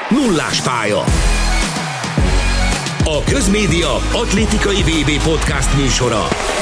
Nulláspálya. A Közmédia atlétikai VB podcast műsora.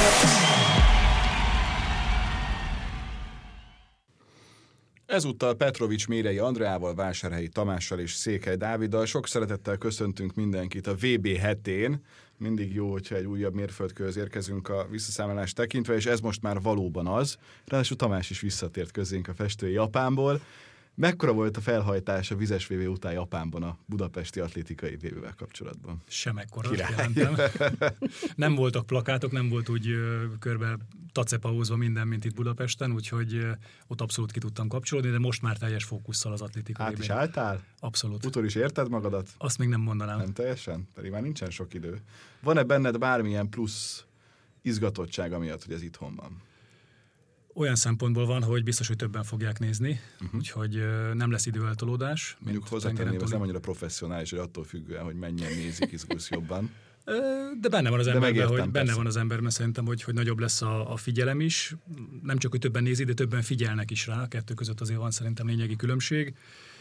Ezúttal Petrovics Mérei Andreával, Vásárhelyi Tamással és Székely Dáviddal sok szeretettel köszöntünk mindenkit a VB hetén. Mindig jó, hogyha egy újabb mérföldkőhöz érkezünk a visszaszámlálást tekintve, és ez most már valóban az. Ráadásul Tamás is visszatért közénk a festői Japánból. Mekkora volt a felhajtás a vizes VB után Japánban a budapesti atlétikai VB-vel kapcsolatban? Semmekkora, jelentem. Nem voltak plakátok, nem volt úgy körbe tacepaózva minden, mint itt Budapesten, úgyhogy ott abszolút ki tudtam kapcsolódni, de most már teljes fókusszal az atlétikai VB-n. Át is álltál? Abszolút. Utol is érted magadat? Azt még nem mondanám. Nem teljesen? Pedig már nincsen sok idő. Van-e benned bármilyen plusz izgatottság amiatt, hogy ez itthon van? Olyan szempontból van, hogy biztos, hogy többen fogják nézni, úgyhogy nem lesz időeltolódás. Mondjuk hozzátenném, ez nem annyira professzionális, hogy attól függően, hogy mennyien nézik, izgulsz jobban. De benne van az emberben, hogy benne van az emberben szerintem, hogy nagyobb lesz a figyelem is. Nem csak, hogy többen nézik, de többen figyelnek is rá. A kettő között azért van szerintem lényegi különbség.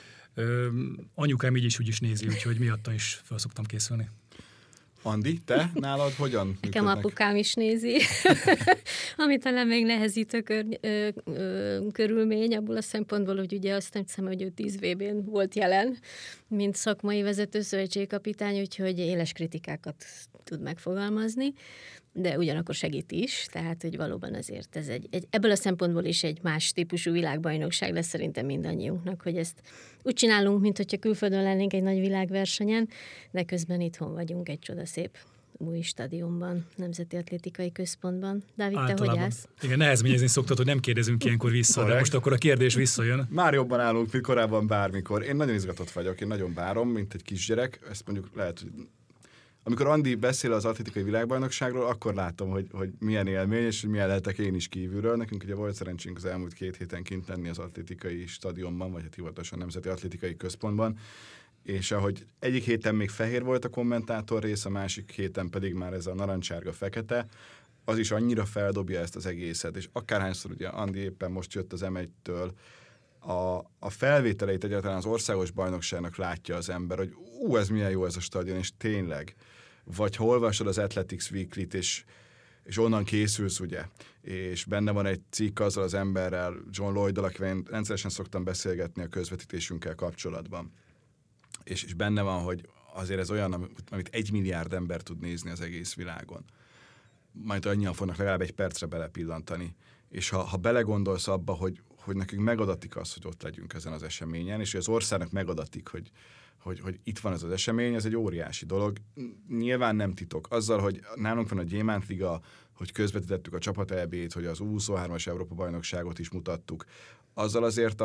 Anyukám így is úgy is nézi, úgyhogy miatta is fel szoktam készülni. Andi, te nálad hogyan működnek? Nekem apukám is nézi, ami talán még nehezítő körülmény abból a szempontból, hogy ugye azt nem hiszem, hogy ő 10 VB-n volt jelen, mint szakmai vezető szövetségkapitány, úgyhogy éles kritikákat tud megfogalmazni, de ugyanakkor segít is, tehát hogy valóban azért ez ebből a szempontból is egy más típusú világbajnokság lesz szerintem mindannyiunknak, hogy ezt úgy csinálunk, mint hogyha külföldön lennénk egy nagy világversenyen, de közben itthon vagyunk egy csodaszép új stadionban, Nemzeti Atlétikai Központban. Dávid, te hogy állsz? Igen, nehezményezni szoktad, hogy nem kérdezünk ilyenkor vissza, de most akkor a kérdés visszajön. Már jobban állunk, mint korábban bármikor. Én nagyon izgatott vagyok, én nagyon várom, mint egy kisgyerek. Ezt mondjuk lehet, hogy amikor Andi beszél az atlétikai világbajnokságról, akkor látom, hogy milyen élmény, és hogy milyen lehetek én is kívülről. Nekünk ugye volt szerencsénk az elmúlt 2 héten kint lenni az atlétikai stadionban, vagy hát hivatalosan Nemzeti Atlétikai Központban, és ahogy egyik héten még fehér volt a kommentátor rész, a másik héten pedig már ez a narancsárga-fekete, az is annyira feldobja ezt az egészet, és akárhányszor ugye Andi éppen most jött az M1-től, a felvételeit egyáltalán az országos bajnokságnak látja az ember, hogy ez milyen jó ez a stadion, és tényleg. Vagy ha olvasod az Athletics Weekly-t, és onnan készülsz, ugye, és benne van egy cikk azzal az emberrel, John Lloyd-dal, akivel én rendszeresen szoktam beszélgetni a közvetítésünkkel kapcsolatban. És benne van, hogy azért ez olyan, amit 1 milliárd ember tud nézni az egész világon. Majd annyian fognak legalább egy percre belepillantani. És ha belegondolsz abba, hogy nekünk megadatik az, hogy ott legyünk ezen az eseményen, és hogy az országnak megadatik, hogy itt van ez az esemény, ez egy óriási dolog. Nyilván nem titok. Azzal, hogy nálunk van a Gyémánt Liga, hogy közvetítettük a csapat EB-t, hogy az U23-as Európa-bajnokságot is mutattuk, azzal azért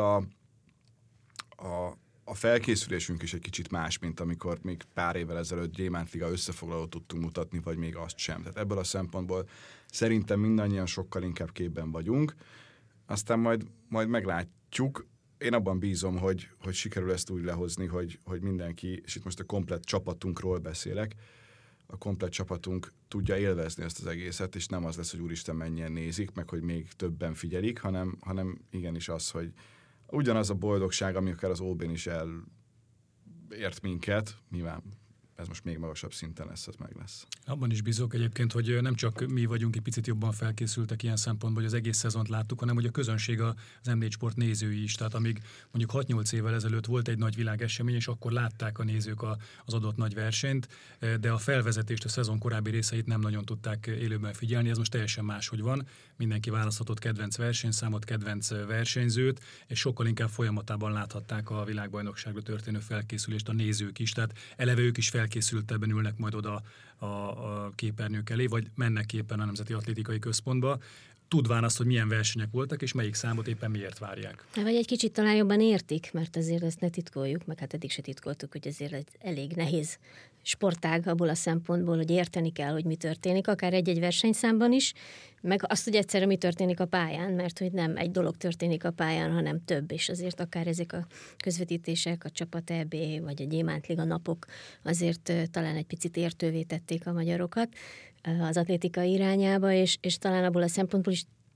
a felkészülésünk is egy kicsit más, mint amikor még pár évvel ezelőtt Gyémánt Liga összefoglalót tudtunk mutatni, vagy még azt sem. Tehát ebből a szempontból szerintem mindannyian sokkal inkább képben vagyunk. Aztán majd meglátjuk. Én abban bízom, hogy sikerül ezt úgy lehozni, hogy mindenki, és itt most a komplett csapatunkról beszélek, a komplett csapatunk tudja élvezni ezt az egészet, és nem az lesz, hogy úristen mennyien nézik, meg hogy még többen figyelik, hanem igenis az, hogy ugyanaz a boldogság, ami akár az OB-n is elért minket, nyilván ez most még magasabb szinten lesz, az meg lesz. Abban is bízok egyébként, hogy nem csak mi vagyunk egy picit jobban felkészültek ilyen szempontból, hogy az egész szezont láttuk, hanem hogy a közönség az M4 Sport nézői is. Tehát amíg mondjuk 6-8 évvel ezelőtt volt egy nagy világesemény, és akkor látták a nézők az adott nagy versenyt, de a felvezetést, a szezon korábbi részeit nem nagyon tudták élőben figyelni. Ez most teljesen máshogy van. Mindenki választhatott kedvenc versenyszámot, kedvenc versenyzőt, és sokkal inkább folyamatában láthatták a világbajnokságra történő felkészülést a nézők is. Tehát eleve ők is felkészültebben ülnek majd oda a képernyők elé, vagy mennek éppen a Nemzeti Atlétikai Központba, tudván azt, hogy milyen versenyek voltak, és melyik számot éppen miért várják. Vagy egy kicsit talán jobban értik, mert azért ezt ne titkoljuk, meg hát eddig se titkoltuk, hogy azért egy elég nehéz sportág abból a szempontból, hogy érteni kell, hogy mi történik, akár egy-egy versenyszámban is, meg azt, hogy egyszerre mi történik a pályán, mert hogy nem egy dolog történik a pályán, hanem több, és azért akár ezek a közvetítések, a Csapat EB, vagy a Gyémánt Liga napok azért talán egy picit értővé tették a magyarokat az atlétika irányába, és talán abból a szempontból is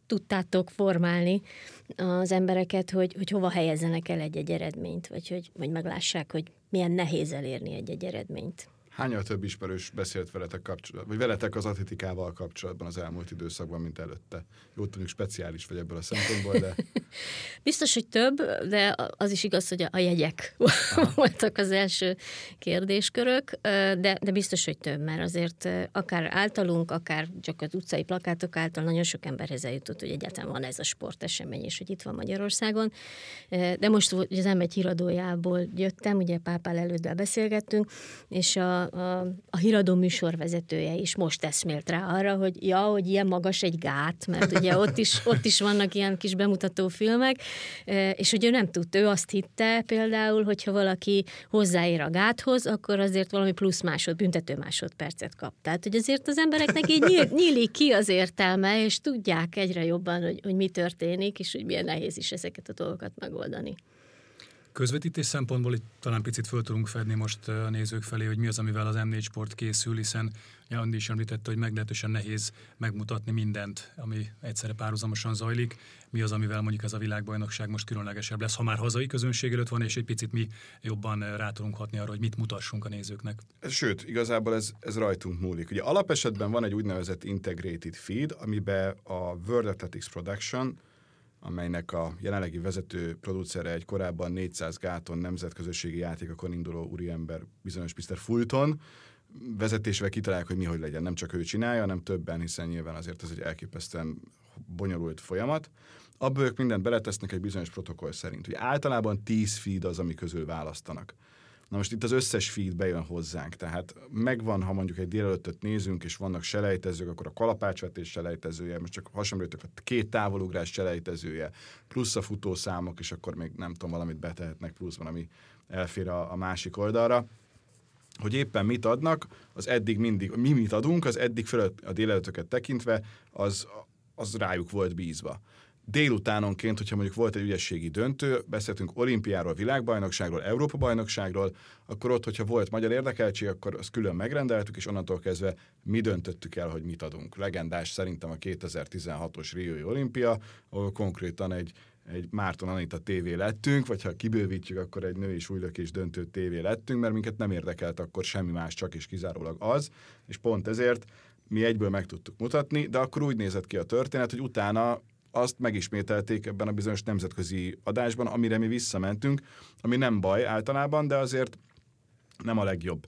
tudtátok formálni az embereket, hogy hova helyezzenek el egy eredményt, vagy meglássák, hogy milyen nehéz elérni egy eredményt. Hányal több ismerős beszélt veletek kapcsolatban, vagy veletek az atletikával kapcsolatban az elmúlt időszakban, mint előtte? Jó, tudjuk, speciális vagy ebből a szempontból, de... Biztos, hogy több, de az is igaz, hogy a jegyek voltak az első kérdéskörök, de biztos, hogy több, mert azért akár általunk, akár csak az utcai plakátok által nagyon sok emberhez eljutott, hogy egyáltalán van ez a sportesemény, és hogy itt van Magyarországon. De most az M1 híradójából jöttem, ugye Pápál előddel beszélgettünk, és a híradó műsorvezetője is most eszmélt rá arra, hogy ilyen magas egy gát, mert ugye ott is vannak ilyen kis bemutató filmek, és hogy ő nem tudta, ő azt hitte például, hogyha valaki hozzáér a gáthoz, akkor azért valami plusz büntető másodpercet kap. Tehát, hogy azért az embereknek így nyílik ki az értelme, és tudják egyre jobban, hogy mi történik, és hogy milyen nehéz is ezeket a dolgokat megoldani. Közvetítés szempontból itt talán picit föl tudunk fedni most a nézők felé, hogy mi az, amivel az M4 Sport készül, hiszen Andi is említette, hogy meglehetősen nehéz megmutatni mindent, ami egyszerre párhuzamosan zajlik. Mi az, amivel mondjuk ez a világbajnokság most különlegesebb lesz, ha már hazai közönség előtt van, és egy picit mi jobban rá tudunk hatni arra, hogy mit mutassunk a nézőknek. Sőt, igazából ez rajtunk múlik. Ugye alapesetben van egy úgynevezett integrated feed, amiben a World Athletics Production, amelynek a jelenlegi vezető producere egy korábban 400 gáton nemzetközösségi játékokon induló úriember, bizonyos Mr. Fulton, vezetésével kitalálják, hogy mi hogy legyen. Nem csak ő csinálja, hanem többen, hiszen nyilván azért ez egy elképesztően bonyolult folyamat. Abból ők mindent beletesznek egy bizonyos protokoll szerint. Ugye általában 10 feed az, ami közül választanak. Na most itt az összes feed bejön hozzánk, tehát megvan, ha mondjuk egy délelőttöt nézünk, és vannak selejtezők, akkor a kalapácsvetés selejtezője, most csak hasonlítok, a 2 távolugrás selejtezője, plusz a futószámok, és akkor még nem tudom, valamit betehetnek pluszban, ami elfér a másik oldalra. Hogy éppen mit adnak, az eddig mindig, mi mit adunk, az eddig fölött a délelőttöket tekintve, az rájuk volt bízva. Délutánonként, hogyha mondjuk volt egy ügyességi döntő, beszéltünk olimpiáról, világbajnokságról, Európa-bajnokságról, akkor ott, hogyha volt magyar érdekeltség, akkor azt külön megrendeltük, és onnantól kezdve mi döntöttük el, hogy mit adunk. Legendás szerintem a 2016-os Riói olimpia, ahol konkrétan egy Márton Anita tévé lettünk, vagy ha kibővítjük, akkor egy női súlylökés döntő tévé lettünk, mert minket nem érdekelt akkor semmi más, csak és kizárólag az, és pont ezért mi egyből meg tudtuk mutatni, de akkor úgy nézett ki a történet, hogy utána azt megismételték ebben a bizonyos nemzetközi adásban, amire mi visszamentünk, ami nem baj általában, de azért nem a legjobb.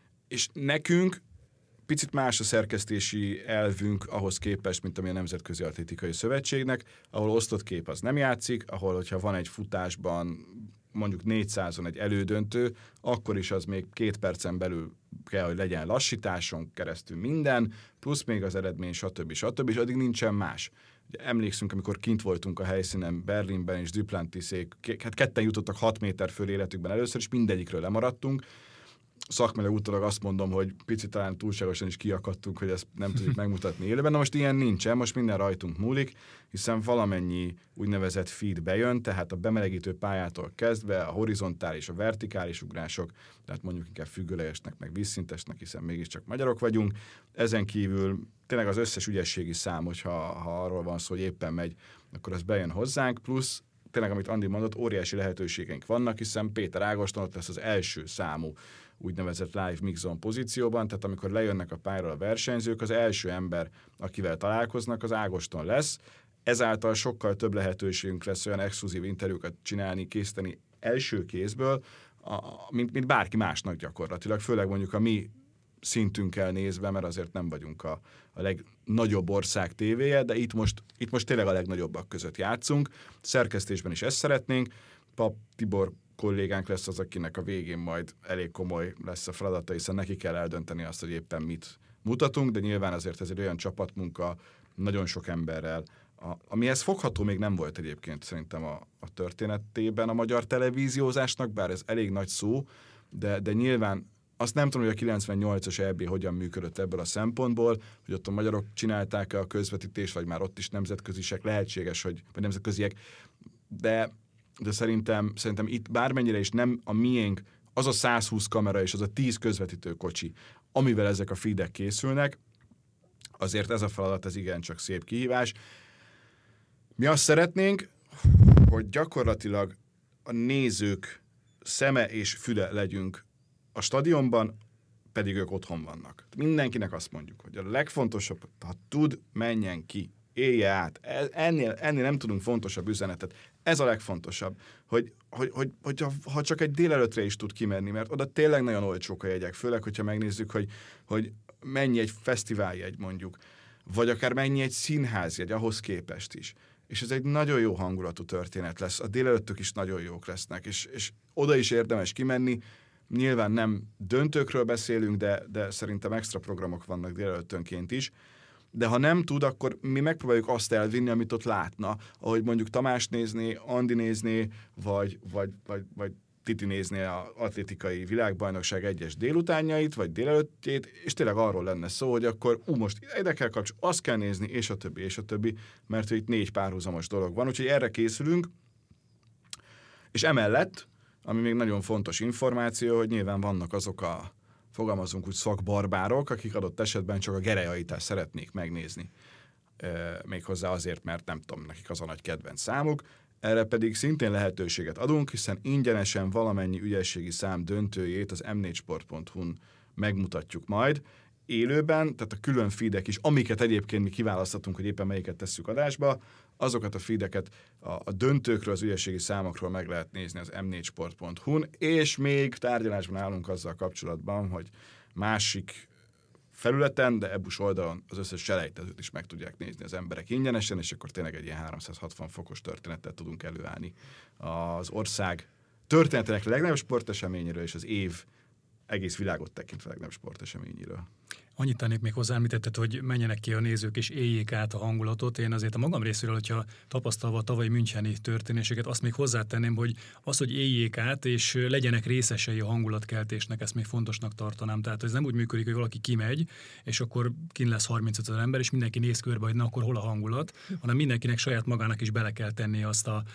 És nekünk picit más a szerkesztési elvünk ahhoz képest, mint ami a Nemzetközi Atlétikai Szövetségnek, ahol osztott kép az nem játszik, ahol, hogyha van egy futásban mondjuk 400-on egy elődöntő, akkor is az még 2 percen belül kell, hogy legyen lassításon keresztül minden, plusz még az eredmény, stb. És addig nincsen más. Ugye emlékszünk, amikor kint voltunk a helyszínen Berlinben, és Duplantisék, hát ketten jutottak 6 méter föl életükben először, és mindegyikről lemaradtunk. Szakmailag utólag azt mondom, hogy picit talán túlságosan is kiakadtunk, hogy ezt nem tudjuk megmutatni élőben. Na most ilyen nincsen, most minden rajtunk múlik, hiszen valamennyi úgynevezett feed bejön, tehát a bemelegítő pályától kezdve a horizontális, a vertikális ugrások, tehát mondjuk inkább függőlegesnek, meg vízszintesnek, hiszen mégiscsak magyarok vagyunk. Ezen kívül tényleg az összes ügyességi szám, hogyha arról van szó, hogy éppen megy, akkor az bejön hozzánk, plusz tényleg, amit Andi mondott, óriási lehetőségeink vannak, hiszen Péter Ágoston ott lesz az első számú úgynevezett live mixzone pozícióban, tehát amikor lejönnek a pályára a versenyzők, az első ember, akivel találkoznak, az Ágoston lesz. Ezáltal sokkal több lehetőségünk lesz olyan exkluzív interjúkat csinálni, készíteni első kézből, mint bárki másnak gyakorlatilag, főleg mondjuk a mi szintünkkel nézve, mert azért nem vagyunk a legnagyobb ország tévéje, de itt most tényleg a legnagyobbak között játszunk. Szerkesztésben is ezt szeretnénk. Pap Tibor kollégánk lesz az, akinek a végén majd elég komoly lesz a feladata, hiszen neki kell eldönteni azt, hogy éppen mit mutatunk, de nyilván azért ez egy olyan csapatmunka nagyon sok emberrel, amihez fogható még nem volt egyébként szerintem a történetében a magyar televíziózásnak, bár ez elég nagy szó, de nyilván azt nem tudom, hogy a 98-as EB hogyan működött ebből a szempontból, hogy ott a magyarok csinálták-e a közvetítést, vagy már ott is nemzetközisek, lehetséges, vagy nemzetköziek, de szerintem itt bármennyire is nem a miénk, az a 120 kamera és az a 10 közvetítő kocsi, amivel ezek a feedek készülnek, azért ez a feladat, ez igencsak szép kihívás. Mi azt szeretnénk, hogy gyakorlatilag a nézők szeme és füle legyünk a stadionban, pedig ők otthon vannak. Mindenkinek azt mondjuk, hogy a legfontosabb, ha tud, menjen ki, élje át. Ennél nem tudunk fontosabb üzenetet. Ez a legfontosabb, hogy ha csak egy délelőttre is tud kimenni, mert oda tényleg nagyon olcsók a jegyek, főleg, hogyha megnézzük, hogy mennyi egy fesztiváljegy mondjuk, vagy akár mennyi egy színházjegy ahhoz képest is. És ez egy nagyon jó hangulatú történet lesz. A délelőttök is nagyon jók lesznek, és oda is érdemes kimenni. Nyilván nem döntőkről beszélünk, de szerintem extra programok vannak délelőttönként is. De ha nem tud, akkor mi megpróbáljuk azt elvinni, amit ott látna, ahogy mondjuk Tamás nézné, Andi nézné, vagy Titi nézné az atlétikai világbajnokság egyes délutánjait, vagy délelőttjét, és tényleg arról lenne szó, hogy akkor most ide kell kapcsolni, azt kell nézni, és a többi, mert itt 4 párhuzamos dolog van, úgyhogy erre készülünk, és emellett, ami még nagyon fontos információ, hogy nyilván vannak azok a, fogalmazunk úgy, szakbarbárok, akik adott esetben csak a gerejaítást szeretnék megnézni. Méghozzá azért, mert nem tudom, nekik az a nagy kedvenc számuk, erre pedig szintén lehetőséget adunk, hiszen ingyenesen valamennyi ügyességi szám döntőjét az m4sport.hu-n megmutatjuk majd élőben, tehát a külön feedek is, amiket egyébként mi kiválasztatunk, hogy éppen melyiket tesszük adásba, azokat a feedeket a döntőkről, az ügyességi számokról meg lehet nézni az m4sport.hu-n, és még tárgyalásban állunk azzal kapcsolatban, hogy másik felületen, de EBUS oldalon az összes selejtezőt is meg tudják nézni az emberek ingyenesen, és akkor tényleg egy ilyen 360 fokos történettel tudunk előállni az ország történetének legnagyobb sporteseményéről, és az év egész világot tekintve legnagyobb sporteseményéről. Annyit tennék még hozzá, említetted, hogy menjenek ki a nézők és éljék át a hangulatot. Én azért a magam részéről, hogyha tapasztalva a tavalyi müncheni történéseket, azt még hozzátenném, hogy az, hogy éljék át, és legyenek részesei a hangulatkeltésnek, ezt még fontosnak tartanám. Tehát ez nem úgy működik, hogy valaki kimegy, és akkor kint lesz 35 000 ember, és mindenki néz körbe, hogy na akkor hol a hangulat, hanem mindenkinek saját magának is bele kell tenni azt a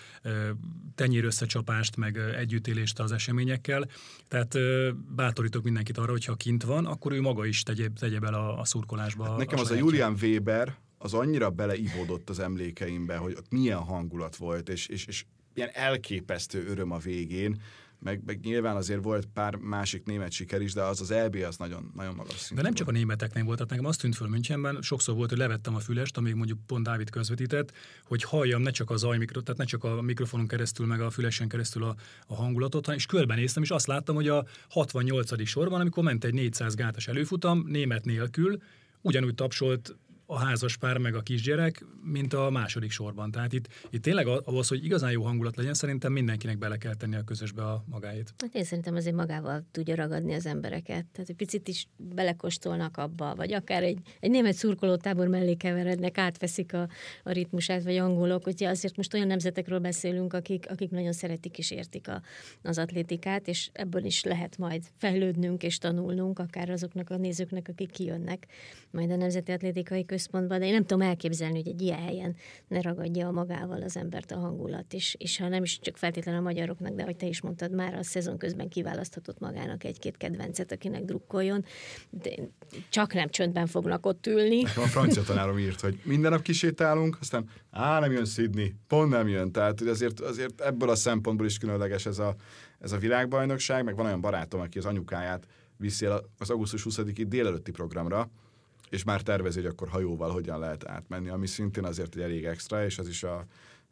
tenyérösszecsapást, meg együttélést az eseményekkel. Tehát bátorítok mindenkit arra, hogy ha kint van, akkor ő maga is tegye bele a szurkolásba. Hát nekem az a Julian Weber az annyira beleivódott az emlékeimbe, hogy ott milyen hangulat volt, és ilyen elképesztő öröm a végén, meg nyilván azért volt pár másik német siker is, de az EB az nagyon, nagyon magas szintű. De nem csak a németeknél volt, tehát nekem azt tűnt föl Münchenben, sokszor volt, hogy levettem a fülest, amíg mondjuk pont Dávid közvetített, hogy halljam ne csak a tehát ne csak a mikrofonon keresztül, meg a fülesen keresztül a hangulatot, és körbenéztem, és azt láttam, hogy a 68. sorban, amikor ment egy 400 gátas előfutam, német nélkül, ugyanúgy tapsolt a házaspár meg a kisgyerek, mint a második sorban. Tehát itt tényleg ahhoz, hogy igazán jó hangulat legyen, szerintem mindenkinek bele kell tenni a közösbe a magáét. Hát én szerintem azért magával tudja ragadni az embereket. Tehát egy picit is belekóstolnak abba, vagy akár egy német szurkolótábor mellé keverednek, átveszik a ritmusát, vagy angolok. Ugye azért most olyan nemzetekről beszélünk, akik nagyon szeretik és értik az atlétikát, és ebből is lehet majd fejlődnünk és tanulnunk, akár azoknak a nézőknek, akik kijönnek majd a Nemzeti Atlétikai Központban, de én nem tudom elképzelni, hogy egy ilyen helyen ne ragadja magával az embert a hangulat, és ha nem is csak feltétlenül a magyaroknak, de ahogy te is mondtad, már a szezon közben kiválaszthatott magának egy-két kedvencet, akinek drukkoljon, de csak nem csöndben fognak ott ülni. A francia tanárom írt, hogy minden nap kisétálunk, aztán nem jön Sydney, pont nem jön, tehát azért ebből a szempontból is különleges ez a világbajnokság, meg van olyan barátom, aki az anyukáját viszi el az augusztus 20-i délelőtti programra, és már tervezi, hogy akkor hajóval hogyan lehet átmenni, ami szintén azért egy elég extra, és az is a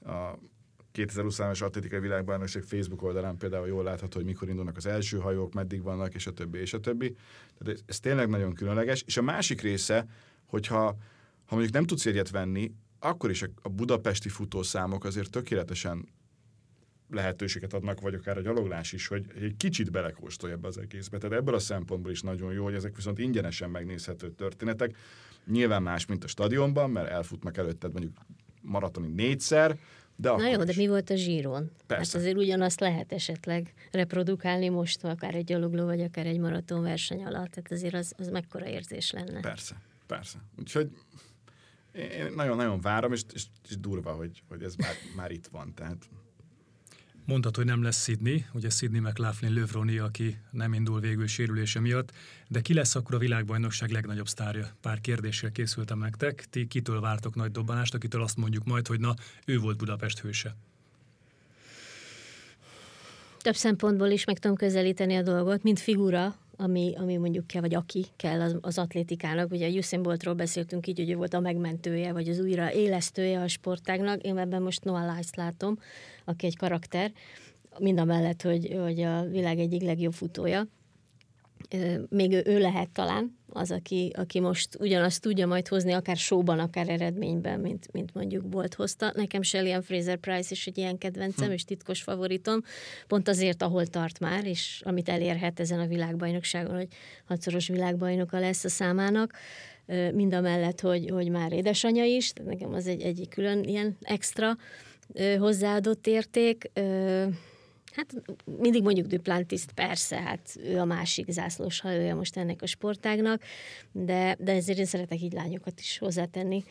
2023-as atlétikai világbajnokság Facebook oldalán például jól látható, hogy mikor indulnak az első hajók, meddig vannak, és a többi, és a többi. Tehát ez tényleg nagyon különleges. És a másik része, hogyha mondjuk nem tudsz jegyet venni, akkor is a budapesti futószámok azért tökéletesen lehetőséget adnak, vagy akár a gyaloglás is, hogy egy kicsit belekóstolj ebbe az egészbe. Tehát ebből a szempontból is nagyon jó, hogy ezek viszont ingyenesen megnézhető történetek. Nyilván más, mint a stadionban, mert elfutnak előtted mondjuk maratoni 4-szer, de na jó, de mi volt a Giron? Persze. Hát azért ugyanazt lehet esetleg reprodukálni most, akár egy gyalogló, vagy akár egy maratonverseny alatt. Tehát azért az mekkora érzés lenne. Persze. Úgyhogy én nagyon-nagyon várom, és durva, hogy ez már itt van. Tehát Mondtad, hogy nem lesz Sydney, ugye Sydney McLaughlin Lövroni, aki nem indul végül sérülése miatt, de ki lesz akkor a világbajnokság legnagyobb sztárja? Pár kérdéssel készültem nektek. Ti kitől vártok nagy dobbanást, akitől azt mondjuk majd, hogy na, ő volt Budapest hőse? Több szempontból is meg tudom közelíteni a dolgot, mint figura, ami mondjuk kell, vagy aki kell az atlétikának. Ugye a Usain Boltról beszéltünk így, hogy ő volt a megmentője, vagy az újra élesztője a sportágnak. Én ebben most Noah Lyles látom, aki egy karakter, mindamellett, hogy a világ egyik legjobb futója. Még ő lehet talán az, aki most ugyanazt tudja majd hozni, akár showban, akár eredményben, mint mondjuk Bolt hozta. Nekem Shelly-Ann Fraser-Price is egy ilyen kedvencem, és titkos favoritom, pont azért, ahol tart már, és amit elérhet ezen a világbajnokságon, hogy 6-szoros világbajnoka lesz a számának, mindamellett, hogy már édesanyja is, tehát nekem az egy külön ilyen extra hozzáadott érték. Hát mindig mondjuk Duplantis-t, persze, hát ő a másik zászlós hajója most ennek a sportágnak, de ezért én szeretek így lányokat is hozzátenni,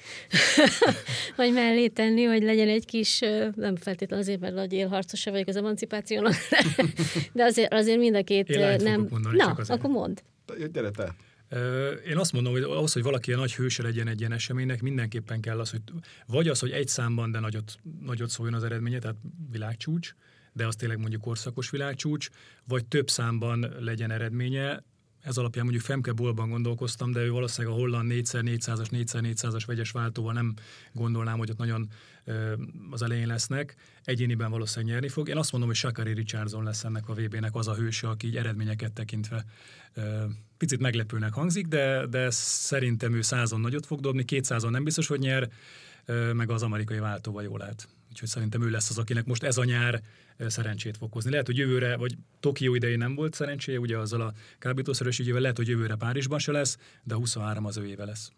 vagy mellé tenni, hogy legyen egy kis, nem feltétlenül azért, mert nagy élharcosa vagyok az emancipációnak, de azért mind a két nem... Mondani, na, akkor mondd. Gyere te. Én azt mondom, hogy ahhoz, hogy valaki nagy hőse legyen egy ilyen eseménynek, mindenképpen kell az, hogy vagy az, hogy egy számban, de nagyot szóljon az eredménye, tehát világcsúcs, de az tényleg mondjuk korszakos világcsúcs, vagy több számban legyen eredménye. Ez alapján mondjuk Femke Bolban gondolkoztam, de ő valószínűleg a holland 4x400-as, 4x400-as vegyes váltóval nem gondolnám, hogy ott nagyon az elején lesznek. Egyéniben valószínűleg nyerni fog. Én azt mondom, hogy Sha'Carri Richardson lesz ennek a VB-nek az a hőse, aki így eredményeket tekintve picit meglepőnek hangzik, de szerintem ő 100-on nagyot fog dobni, 200-on nem biztos, hogy nyer, meg az amerikai váltóval jól lehet. Úgyhogy szerintem ő lesz az, akinek most ez a nyár szerencsét fog hozni. Lehet, hogy jövőre, vagy Tokió idején nem volt szerencséje, ugye azzal a kábítószeres ügyével, lehet, hogy jövőre Párizsban se lesz, de 23 az ő éve lesz.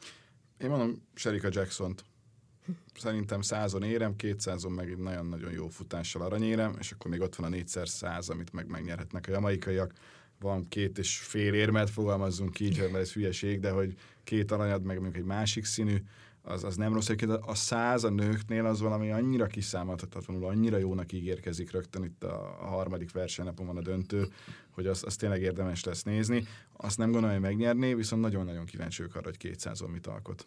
Én mondom Shericka Jacksont. Szerintem 100-on érem, 200-on meg egy nagyon-nagyon jó futással aranyérem, és akkor még ott van a 4x100, amit megnyerhetnek a jamaikaiak. Van 2,5 érmet, fogalmazzunk így, mert ez hülyeség, de hogy 2 aranyad, meg mondjuk egy másik színű, az nem rossz. A 100 a nőknél az valami annyira kiszámíthatatlanul, annyira jónak ígérkezik, rögtön itt a harmadik versenynapon van a döntő, hogy az tényleg érdemes lesz nézni. Azt nem gondolom, hogy megnyerné, viszont nagyon-nagyon kíváncsi vagyok arra, hogy 200-on mit alkot.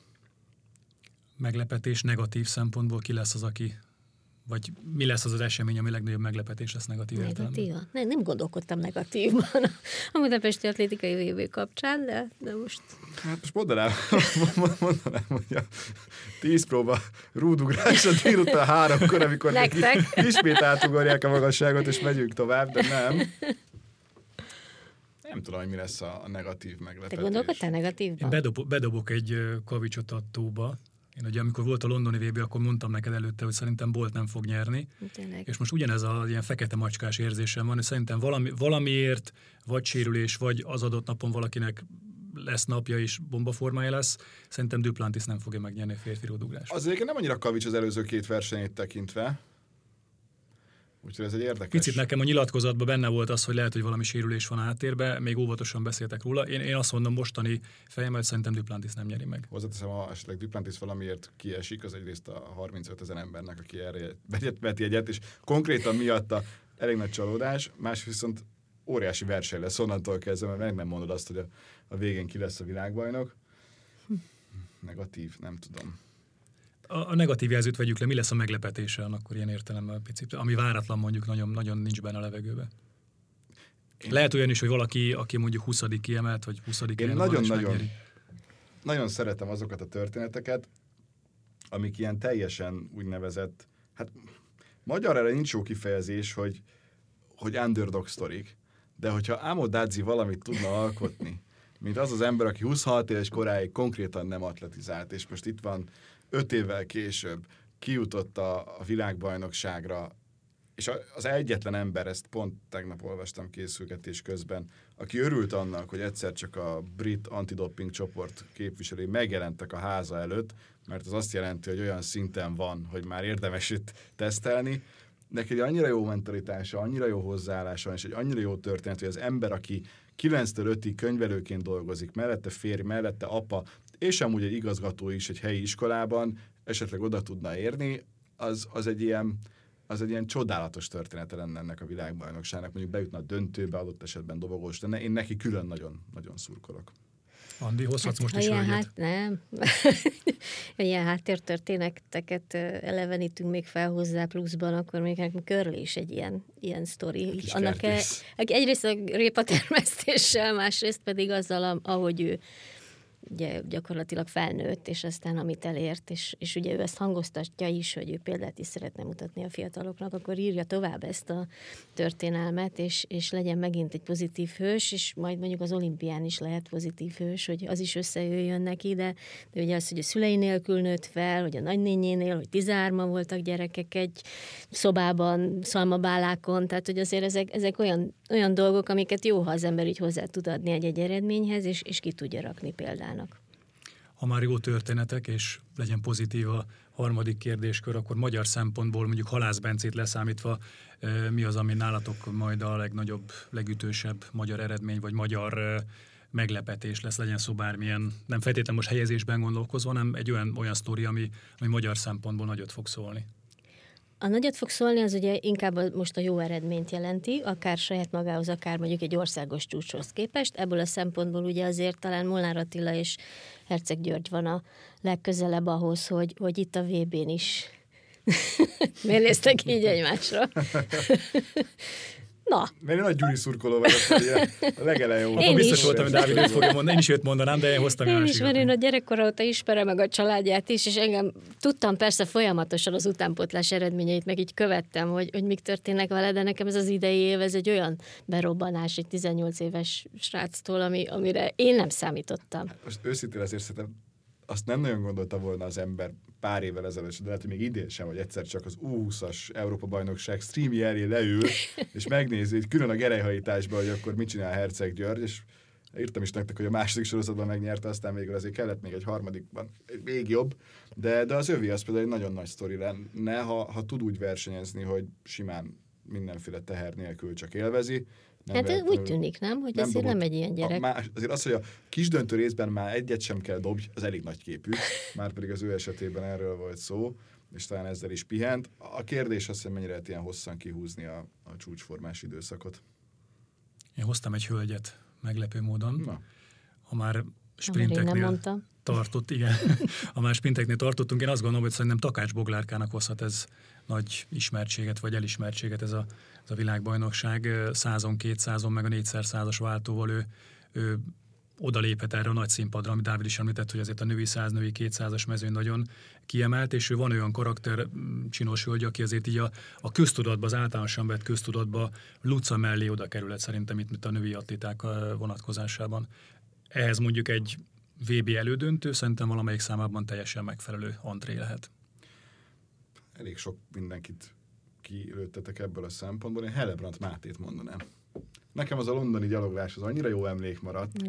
Meglepetés negatív szempontból ki lesz az, aki, vagy mi lesz az esemény, ami legnagyobb meglepetés lesz negatív értelemben? Negatíva? Nem gondolkodtam negatívban a Budapesti Atlétikai VB kapcsán, de most... Hát most mondanám, hogy a 10 próba rúdugrásra délután 3-kor, amikor ismét átugorják a magasságot, és megyünk tovább, de nem. Nem tudom, hogy mi lesz a negatív meglepetés. Te gondolkodtál negatívban? Én bedobok egy kavicsot a tóba. Én ugye, amikor volt a londoni VB, akkor mondtam neked előtte, hogy szerintem Bolt nem fog nyerni. Tényleg. És most ugyanez a ilyen fekete macskás érzésem van, hogy szerintem valamiért, vagy sérülés, vagy az adott napon valakinek lesz napja és bombaformája lesz, szerintem Duplantis nem fogja megnyerni a férfi rúdugrást. Azért nem annyira kavics az előző 2 versenyét tekintve. Úgyhogy ez egy érdekes. Picit nekem a nyilatkozatban benne volt az, hogy lehet, hogy valami sérülés van a háttérben, még óvatosan beszéltek róla. Én azt mondom mostani fejemmel, hogy szerintem Duplantis nem nyeri meg. Hozzáteszem, ha esetleg Duplantis valamiért kiesik, az egyrészt a 35 000 embernek, aki erre vett jegyet, és konkrétan miatta elég nagy csalódás, másrészt viszont óriási verseny lesz onnantól kezdve, mert meg nem mondod azt, hogy a végén ki lesz a világbajnok. Negatív, nem tudom. A negatív jelzőt vegyük le, mi lesz a meglepetése, akkor ilyen értelemben picit, ami váratlan mondjuk nagyon nincs benne a levegőbe. Lehet olyan is, hogy valaki, aki mondjuk 20. kiemelt, vagy 20. Én nagyon szeretem azokat a történeteket, amik ilyen teljesen úgynevezett, hát magyar erre nincs jó kifejezés, hogy underdog sztorik, de hogyha Amo Dadzie valamit tudna alkotni, mint az az ember, aki 26 éves koráig konkrétan nem atletizált, és most itt van 5 évvel később kijutott a világbajnokságra, és az egyetlen ember, ezt pont tegnap olvastam készülgetés közben, aki örült annak, hogy egyszer csak a brit antidoping csoport képviselői megjelentek a háza előtt, mert az azt jelenti, hogy olyan szinten van, hogy már érdemes itt tesztelni. Neki egy annyira jó mentalitása, annyira jó hozzáállása, és egy annyira jó történet, hogy az ember, aki 9-től 5-ig könyvelőként dolgozik, mellette férj, mellette apa, és amúgy egy igazgató is egy helyi iskolában, esetleg oda tudna érni, az egy ilyen az egy ilyen csodálatos története lenne ennek a világbajnokságnak, mondjuk bejutna a döntőbe, adott esetben dobogós lenne. Én neki külön nagyon, nagyon szurkolok. Andi, hozhatsz most is hölgyet? Nem. Ilyen háttértörténeteket elevenítünk még fel hozzá pluszban, akkor még nekem Curly is egy ilyen sztori. Egyrészt a répatermesztéssel, másrészt pedig azzal, ahogy ő ugye gyakorlatilag felnőtt, és aztán amit elért, és ugye ő ezt hangoztatja is, hogy ő példát is szeretne mutatni a fiataloknak, akkor írja tovább ezt a történelmet, és legyen megint egy pozitív hős, és majd mondjuk az olimpián is lehet pozitív hős, hogy az is összejöjjön neki, de ugye az, hogy a szülei nélkül nőtt fel, hogy a nagynényénél, hogy 13-an voltak gyerekek egy szobában, szalmabálákon, tehát hogy azért ezek olyan dolgok, amiket jó, ha az ember így hozzá tud adni egy eredményhez, és ki tudja rakni példának. Ha már jó történetek, és legyen pozitív a harmadik kérdéskör, akkor magyar szempontból mondjuk Halász Bencét leszámítva, mi az, ami nálatok majd a legnagyobb, legütősebb magyar eredmény, vagy magyar meglepetés lesz, legyen szó bármilyen, nem feltétlenül most helyezésben gondolkozva, hanem egy olyan sztori, ami magyar szempontból nagyot fog szólni. A nagyot fog szólni, az ugye inkább most a jó eredményt jelenti, akár saját magához, akár mondjuk egy országos csúcshoz képest. Ebből a szempontból ugye azért talán Molnár Attila és Herceg György van a legközelebb ahhoz, hogy itt a VB-n is. Miért néztek így egymásra? Na. Mert én nagy Gyuri szurkoló vagyok, a legelején volt. Akkor biztos voltam, hogy Dávid őt fogja mondani, én is őt mondanám, de én hoztam én is, mert én a gyerekkora óta ismerem meg a családját is, és engem tudtam persze folyamatosan az utánpótlás eredményeit, meg így követtem, hogy mik történnek vele, de nekem ez az idei év, ez egy olyan berobbanás egy 18 éves sráctól, amire én nem számítottam. Most őszintén azért szerintem azt nem nagyon gondolta volna az ember pár évvel ezelőtt, de lehet, hogy még idén sem, hogy egyszer csak az U20-as Európa-bajnokság streamje elé leül, és megnézi, hogy külön a gerelyhajításban, hogy akkor mit csinál Herceg György, és írtam is nektek, hogy a második sorozatban megnyerte, aztán végül azért kellett még egy harmadikban, még jobb, de az övé az például egy nagyon nagy sztori lenne, ha tud úgy versenyezni, hogy simán mindenféle teher nélkül csak élvezi. Hát ez úgy tűnik, nem? Hogy azért nem egy ilyen gyerek. Azért az, hogy a kisdöntő részben már egyet sem kell dobj, az elég nagy képű. Már pedig az ő esetében erről volt szó, és talán ezzel is pihent. A kérdés az, hogy mennyire lehet ilyen hosszan kihúzni a csúcsformás időszakot. Én hoztam egy hölgyet meglepő módon. Na. Ha már sprinteknél tartott, igen. Ha már sprinteknél tartottunk, én azt gondolom, hogy szerintem Takács Boglárkának hozhat ez nagy ismertséget, vagy elismertséget ez a világbajnokság. 100-on, 200-on, meg a 4x100-as váltóval ő odaléphet erre a nagy színpadra, amit Dávid is említett, hogy azért a női 100, női 200-as mezőn nagyon kiemelt, és ő van olyan karakter, csinos hölgy, aki azért így a köztudatba, az általánosan vett köztudatba Luca mellé oda kerülhet szerintem itt a női atléták vonatkozásában. Ehhez mondjuk egy VB elődöntő szerintem valamelyik számában teljesen megfelelő antré lehet. Elég sok mindenkit kilőttetek ebből a szempontból. Én Hellebrandt Mátét mondanám. Nekem az a londoni gyaloglás az annyira jó emlék maradt.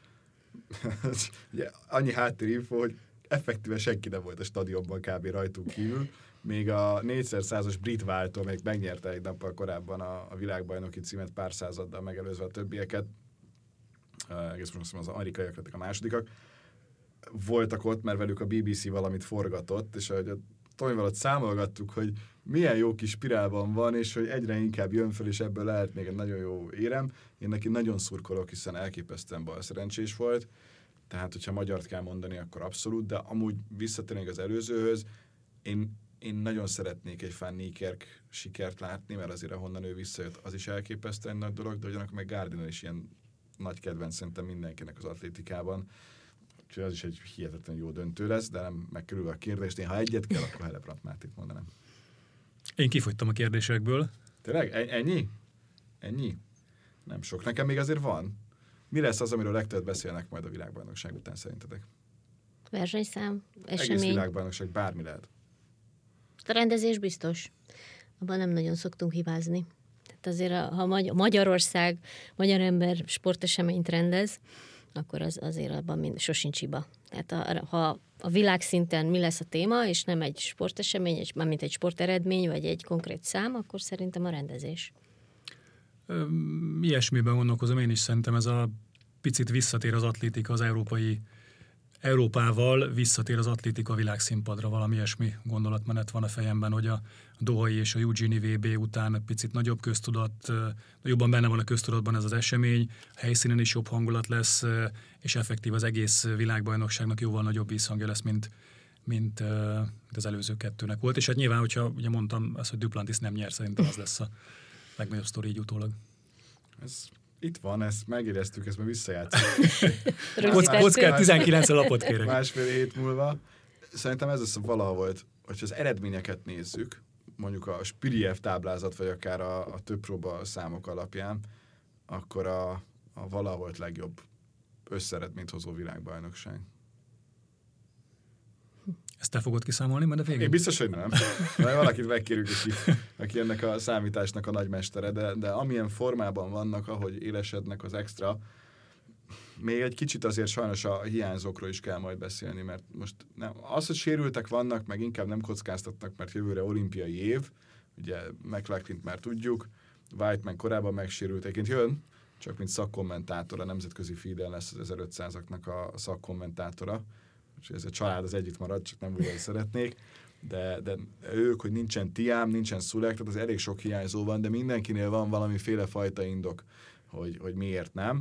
Ugye, annyi háttérinfo, hogy effektíve senki nem volt a stadionban kb. Rajtunk kívül. Még a 4x100-as brit váltó még megnyerte egy nappal korábban a világbajnoki címet, pár századdal megelőzve a többieket. Egész most az amerikaiak lettek a másodikak. Voltak ott, mert velük a BBC valamit forgatott, és ahogy a Tomival ott számolgattuk, hogy milyen jó kis spirálban van, és hogy egyre inkább jön föl, és ebből lehet még egy nagyon jó érem. Én neki nagyon szurkolok, hiszen elképesztően balszerencsés volt, tehát hogyha magyart kell mondani, akkor abszolút, de amúgy visszatérnék az előzőhöz, én nagyon szeretnék egy Van Niekerk sikert látni, mert azért ahonnan ő visszajött, az is elképesztően nagy dolog, de ugyanakkor meg Gardiner is ilyen nagy kedvenc szerintem mindenkinek az atlétikában. Úgyhogy az is egy hihetetlen jó döntő lesz, de nem megkerülve a kérdést. Én ha egyet kell, akkor Hellebrandt Mátét mondanám. Én kifogytam a kérdésekből. Tényleg? Ennyi? Ennyi? Nem sok. Nekem még azért van. Mi lesz az, amiről legtöbbet beszélnek majd a világbajnokság után szerintetek? Versenyszám, esemény. Egész világbajnokság, bármi lehet. A rendezés biztos. Abban nem nagyon szoktunk hibázni. Tehát azért, ha Magyarország, magyar ember sporteseményt rendez, akkor azért abban sosincs hiba. Tehát ha a világszinten mi lesz a téma, és nem egy sportesemény, mint egy sporteredmény, vagy egy konkrét szám, akkor szerintem a rendezés. Ilyesmiben gondolkozom, én is szerintem ez a picit visszatér az atlétika az európai Európával visszatér az atlétika világszínpadra, valami ilyesmi gondolatmenet van a fejemben, hogy a dohai és a Eugene VB után picit nagyobb köztudat, jobban benne van a köztudatban ez az esemény, a helyszínen is jobb hangulat lesz, és effektív az egész világbajnokságnak jóval nagyobb vízhangja lesz, mint az előző kettőnek volt. És hát nyilván, hogyha ugye mondtam azt, hogy Duplantis nem nyer, szerintem az lesz a legnagyobb sztori így utólag. Ez itt van, ezt megéreztük, ezt már visszajátszunk. Kockát 19 lapot kérek. Másfél hét múlva. Szerintem ez lesz valahol volt, hogyha az eredményeket nézzük, mondjuk a Spiriev táblázat, vagy akár a több próba számok alapján, akkor a valahol volt legjobb összeredményt hozó világbajnokság. Ezt te fogod kiszámolni, mert a végén? Én biztos, hogy nem. Mert valakit megkérjük, aki ennek a számításnak a nagymestere, de amilyen formában vannak, ahogy élesednek az extra, még egy kicsit azért sajnos a hiányzókról is kell majd beszélni, mert most nem, az, hogy sérültek vannak, meg inkább nem kockáztatnak, mert jövőre olimpiai év, ugye McLaughlint már tudjuk, Whiteman korábban megsérült, egyébként jön, csak mint szakkommentátor, a nemzetközi feeden lesz az 1500-aknak a szakkommentátora, úgyhogy ez a család az együtt marad, csak nem úgy szeretnék, de ők, hogy nincsen Tiám, nincsen Szulek, tehát az elég sok hiányzó van, de mindenkinél van valamiféle fajta indok, hogy miért nem.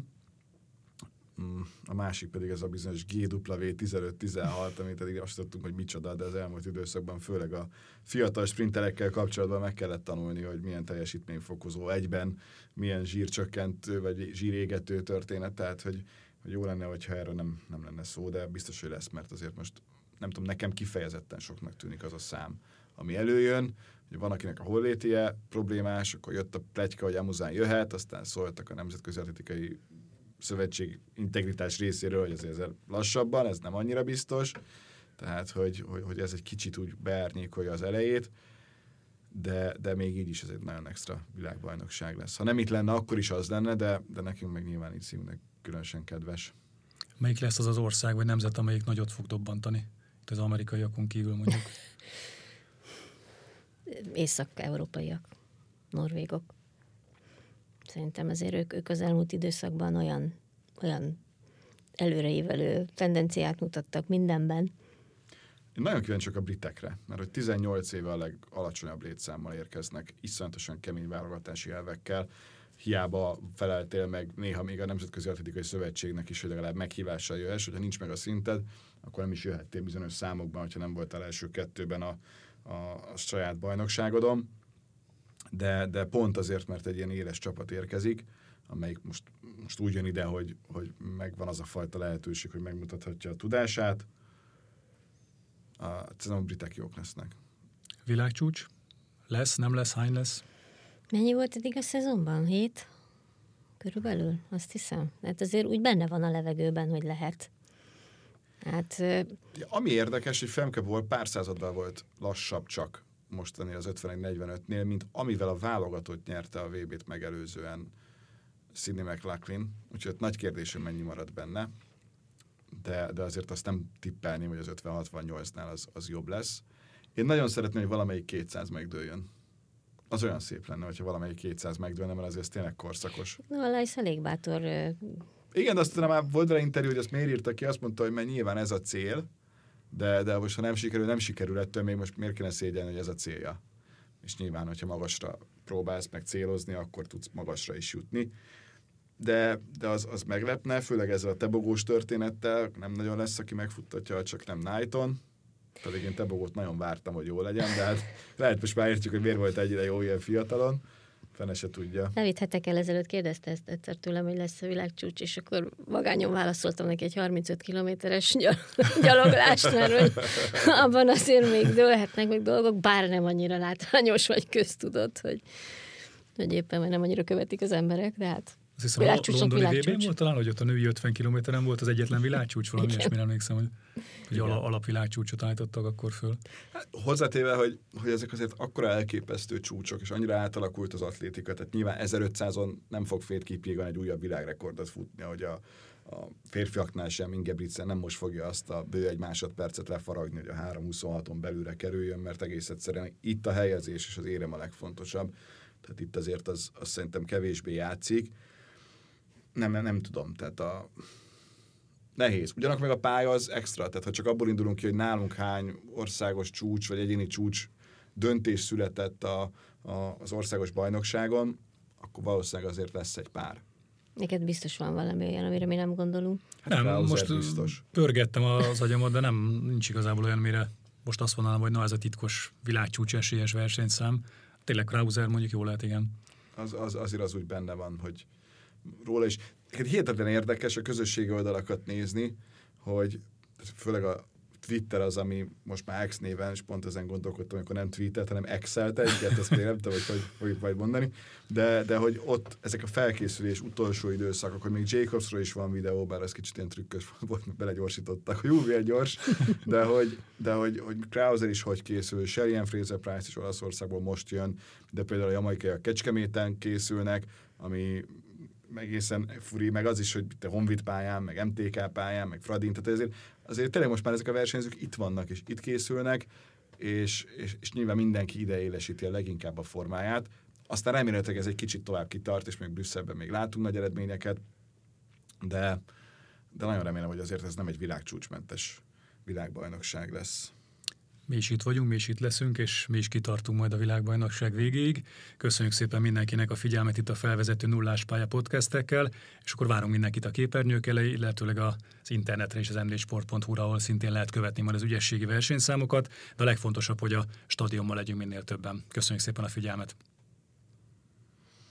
A másik pedig ez a bizonyos GW15-16, amit eddig azt tudtunk, hogy micsoda, de az elmúlt időszakban főleg a fiatal sprinterekkel kapcsolatban meg kellett tanulni, hogy milyen teljesítményfokozó egyben, milyen zsírcsökkentő vagy zsírégető történet, tehát hogy jó lenne, hogyha erről nem lenne szó, de biztos, hogy lesz, mert azért most nem tudom, nekem kifejezetten soknak tűnik az a szám, ami előjön, hogy van, akinek a hollétie problémás, akkor jött a pletyka, hogy Amuzán jöhet, aztán szóltak a Nemzetközi Atletikai Szövetség integritás részéről, hogy azért lassabban, ez nem annyira biztos, tehát, hogy ez egy kicsit úgy beárnyékolja az elejét, de még így is ez egy nagyon extra világbajnokság lesz. Ha nem itt lenne, akkor is az lenne, de nekünk meg nyilván így szívnek különösen kedves. Melyik lesz az az ország vagy nemzet, amelyik nagyot fog dobbantani? Itt az amerikaiakon kívül mondjuk. Észak-európaiak, norvégok. Szerintem azért ők az elmúlt időszakban olyan előreívelő tendenciát mutattak mindenben. Én nagyon kíváncsiak a britekre, mert hogy 18 éve a legalacsonyabb létszámmal érkeznek, iszonyatosan kemény válogatási elvekkel, hiába feleltél meg néha még a Nemzetközi Atletikai Szövetségnek is, hogy legalább meghívással jöhess, hogyha nincs meg a szinted, akkor nem is jöhettél bizonyos számokban, hogyha nem voltál első kettőben a saját bajnokságodon. De pont azért, mert egy ilyen éles csapat érkezik, amelyik most úgy jön ide, hogy megvan az a fajta lehetőség, hogy megmutathatja a tudását. Szerintem a britek jók lesznek. Világcsúcs? Lesz, nem lesz, hány lesz? Mennyi volt eddig a szezonban? 7? Körülbelül, azt hiszem. Hát azért úgy benne van a levegőben, hogy lehet. Hát... Ami érdekes, hogy Femke volt pár századdal volt lassabb csak mostani az 51-45-nél, mint amivel a válogatott nyerte a VB-t megelőzően Sydney McLaughlin. Úgyhogy nagy kérdés, hogy mennyi marad benne. De azért azt nem tippelném, hogy az 50-68-nál az jobb lesz. Én nagyon szeretném, hogy valamelyik 200 megdőljön. Az olyan szép lenne, hogyha valamelyik 200 megdőlne, mert azért ez tényleg korszakos. No, a Lajsz elég bátor. Igen, azt tudom, már volt vele interjú, hogy azt miért írta ki, azt mondta, hogy mert nyilván ez a cél, de most ha nem sikerül, ettől még most miért kéne szégyelni, hogy ez a célja. És nyilván, hogyha magasra próbálsz meg célozni, akkor tudsz magasra is jutni. De az meglepne, főleg ezzel a tebogós történettel, nem nagyon lesz, aki megfuttatja, csak nem Knighton. Pedig én tebogót nagyon vártam, hogy jó legyen, de hát lehet most már értjük, hogy miért volt ennyire jó ilyen fiatalon. Fene se tudja. David hetekkel ezelőtt kérdezte ezt egyszer tőlem, hogy lesz a világcsúcs, és akkor magányon válaszoltam neki egy 35 kilométeres gyaloglást, mert hogy abban azért még dőlhetnek meg dolgok, bár nem annyira látványos vagy köztudott, hogy éppen mert nem annyira követik az emberek, de hát azt hiszem, a londoni VB-n volt talán, hogy ott a női 50 kilométeren volt az egyetlen világcsúcs, valami ilyesmire emlékszem, hogy alapvilágcsúcsot állítottak akkor föl. Hát, hozzátéve, hogy ezek azért akkora elképesztő csúcsok, és annyira átalakult az atlétika, tehát nyilván 1500-on nem fog Kipjegan egy újabb világrekordot futni, ahogy a férfiaknál sem Ingebrigtsen nem most fogja azt a bő egy másodpercet lefaragni, hogy a 3.26-on belülre kerüljön, mert egész egyszerűen itt a helyezés és az érem a legfontosabb. Tehát itt azért az szerintem kevésbé játszik. Nem tudom, tehát nehéz. Ugyanakkor meg a pálya az extra, tehát ha csak abból indulunk ki, hogy nálunk hány országos csúcs, vagy egyéni csúcs döntés született az országos bajnokságon, akkor valószínűleg azért lesz egy pár. Neked biztos van valami olyan, amire mi nem gondolunk. Hát nem, most biztos. Pörgettem az agyamat, de nincs igazából olyan, mire most azt mondanám, hogy na ez a titkos világcsúcs esélyes versenyszám. Tényleg Krauser mondjuk jól lehet, igen. Azért az úgy benne van, hogy róla is. Hihetetlen érdekes a közösségi oldalakat nézni, hogy főleg a Twitter az, ami most már X néven, és pont ezen gondolkodtam, amikor nem tweetelt, hanem X-elt egyet, azt még nem tudom, hogy fogjuk majd mondani, de hogy ott ezek a felkészülés utolsó időszakok, hogy még Jacobsról is van videó, bár ez kicsit ilyen trükkös volt, belegyorsítottak, hogy milyen gyors, de hogy Krauser is hogy készül, Shelly-Ann Fraser-Pryce is Olaszországból most jön, de például a jamaikaiak Kecskeméten készülnek, ami egészen furi, meg az is, hogy te Honvéd pályán, meg MTK pályán, meg Fradin, tehát azért tényleg most már ezek a versenyzők itt vannak, és itt készülnek, és nyilván mindenki ide élesíti a leginkább a formáját. Aztán remélhetőleg ez egy kicsit tovább kitart, és még Brüsszelben még látunk nagy eredményeket, de nagyon remélem, hogy azért ez nem egy világcsúcsmentes világbajnokság lesz. Mi is itt vagyunk, mi is itt leszünk, és mi is kitartunk majd a világbajnokság végéig. Köszönjük szépen mindenkinek a figyelmet itt a Felvezető Nullás Pálya podcastekkel, és akkor várunk mindenkit a képernyők elé, illetőleg az internetre és az mdsport.hu-ra, ahol szintén lehet követni majd az ügyességi versenyszámokat, de a legfontosabb, hogy a stadionban legyünk minél többen. Köszönjük szépen a figyelmet!